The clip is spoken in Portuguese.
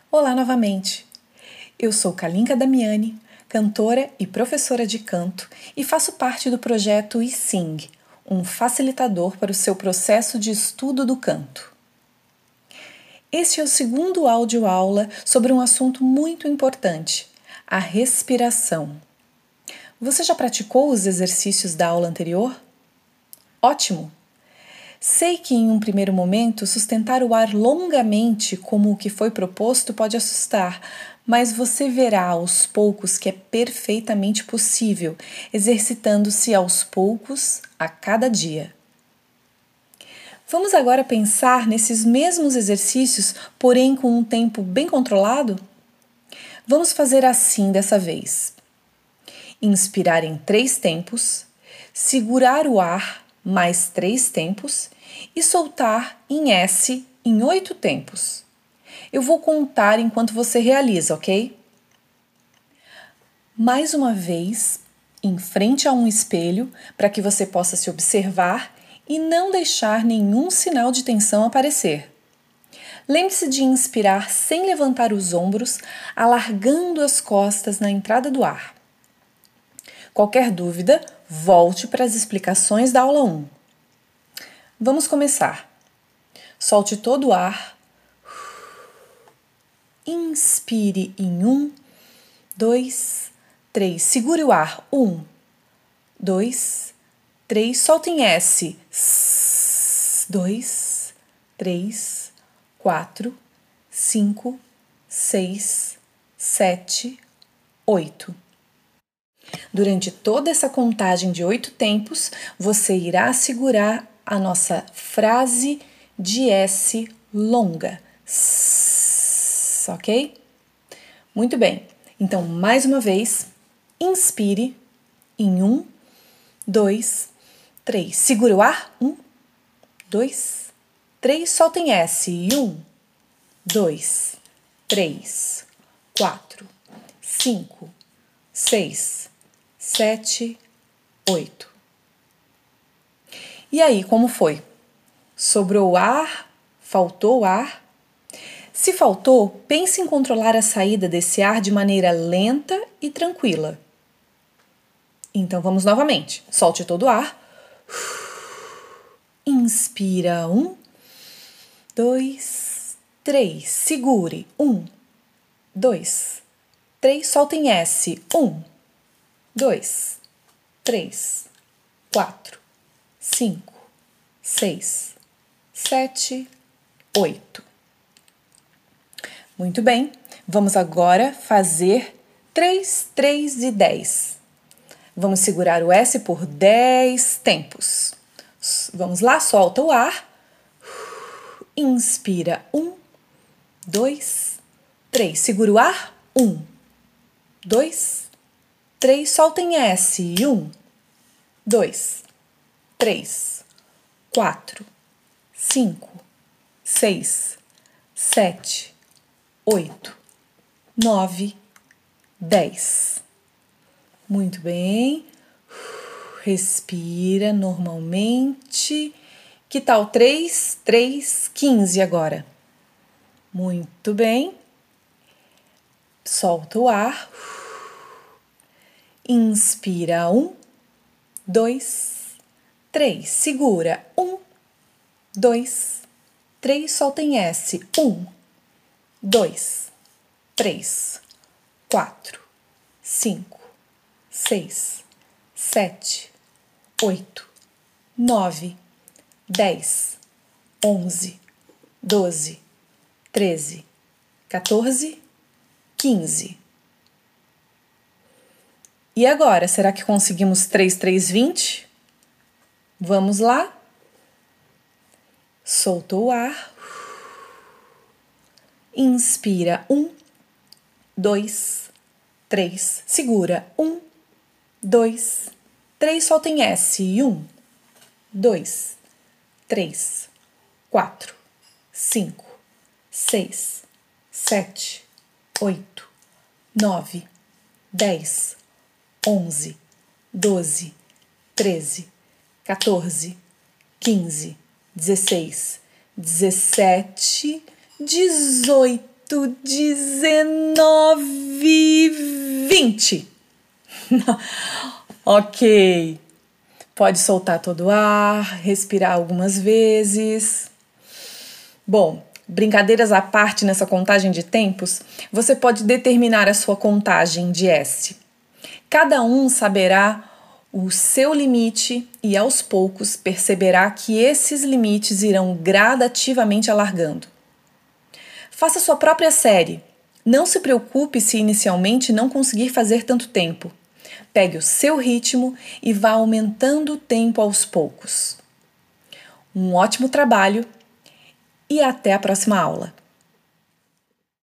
Olá novamente! Eu sou Kalinka Damiani, cantora e professora de canto e faço parte do projeto eSing, um facilitador para o seu processo de estudo do canto. Este é o segundo áudio-aula sobre um assunto muito importante, a respiração. Você já praticou os exercícios da aula anterior? Ótimo! Sei que em um primeiro momento sustentar o ar longamente como o que foi proposto pode assustar, mas você verá aos poucos que é perfeitamente possível, exercitando-se aos poucos a cada dia. Vamos agora pensar nesses mesmos exercícios, porém com um tempo bem controlado? Vamos fazer assim dessa vez. Inspirar em 3 tempos, segurar o ar mais 3 tempos e soltar em S em 8 tempos. Eu vou contar enquanto você realiza, ok? Mais uma vez, em frente a um espelho, para que você possa se observar e não deixar nenhum sinal de tensão aparecer. Lembre-se de inspirar sem levantar os ombros, alargando as costas na entrada do ar. Qualquer dúvida, volte para as explicações da aula 1. Vamos começar. Solte todo o ar. Inspire em 1, 2, 3. Segure o ar. 1, 2, 3. Solte em S. 2, 3, 4, 5, 6, 7, 8. Durante toda essa contagem de 8 tempos, você irá segurar a nossa frase de S longa. Ok? Muito bem. Então, mais uma vez, inspire em 1, 2, 3. Segura o ar. 1, 2, 3. Solta em S. 1, 2, 3, 4, 5, 6, 7, 8. E aí, como foi? Sobrou ar? Faltou ar? Se faltou, pense em controlar a saída desse ar de maneira lenta e tranquila. Então vamos novamente. Solte todo o ar. Inspira 1, 2, 3. Segure 1, 2, 3. Solta em S. 1, 2, 3, 4, 5, 6, 7, 8. Muito bem, vamos agora fazer 3, 3 e 10. Vamos segurar o S por 10 tempos. Vamos lá, solta o ar. Inspira 1, 2, 3. Segura o ar. 1, 2, 3. Solta em S. 1, 2, 3, 4, 5, 6, 7, 8, 9, 10. Muito bem. Respira normalmente. Que tal 3, 3, 15 agora? Muito bem. Solta o ar. Inspira 1, 2, 3. Segura 1, 2, 3. Solta em S. 1, 2, 3, 4, 5, 6, 7, 8, 9, 10, 11, 12, 13, 14, 15. E agora, será que conseguimos 3, 3, 20? Vamos lá. Soltou o ar. Inspira 1, 2, 3. Segura 1, 2, 3. Solta em S. 1, 2, 3, 4, 5, 6, 7, 8, 9, 10, 11, 12, 13, 14, 15, 16, 17, 18. 18, 19, 20. Ok. Pode soltar todo o ar, respirar algumas vezes. Bom, brincadeiras à parte nessa contagem de tempos, você pode determinar a sua contagem de S. Cada um saberá o seu limite e, aos poucos, perceberá que esses limites irão gradativamente alargando. Faça sua própria série. Não se preocupe se inicialmente não conseguir fazer tanto tempo. Pegue o seu ritmo e vá aumentando o tempo aos poucos. Um ótimo trabalho! E até a próxima aula!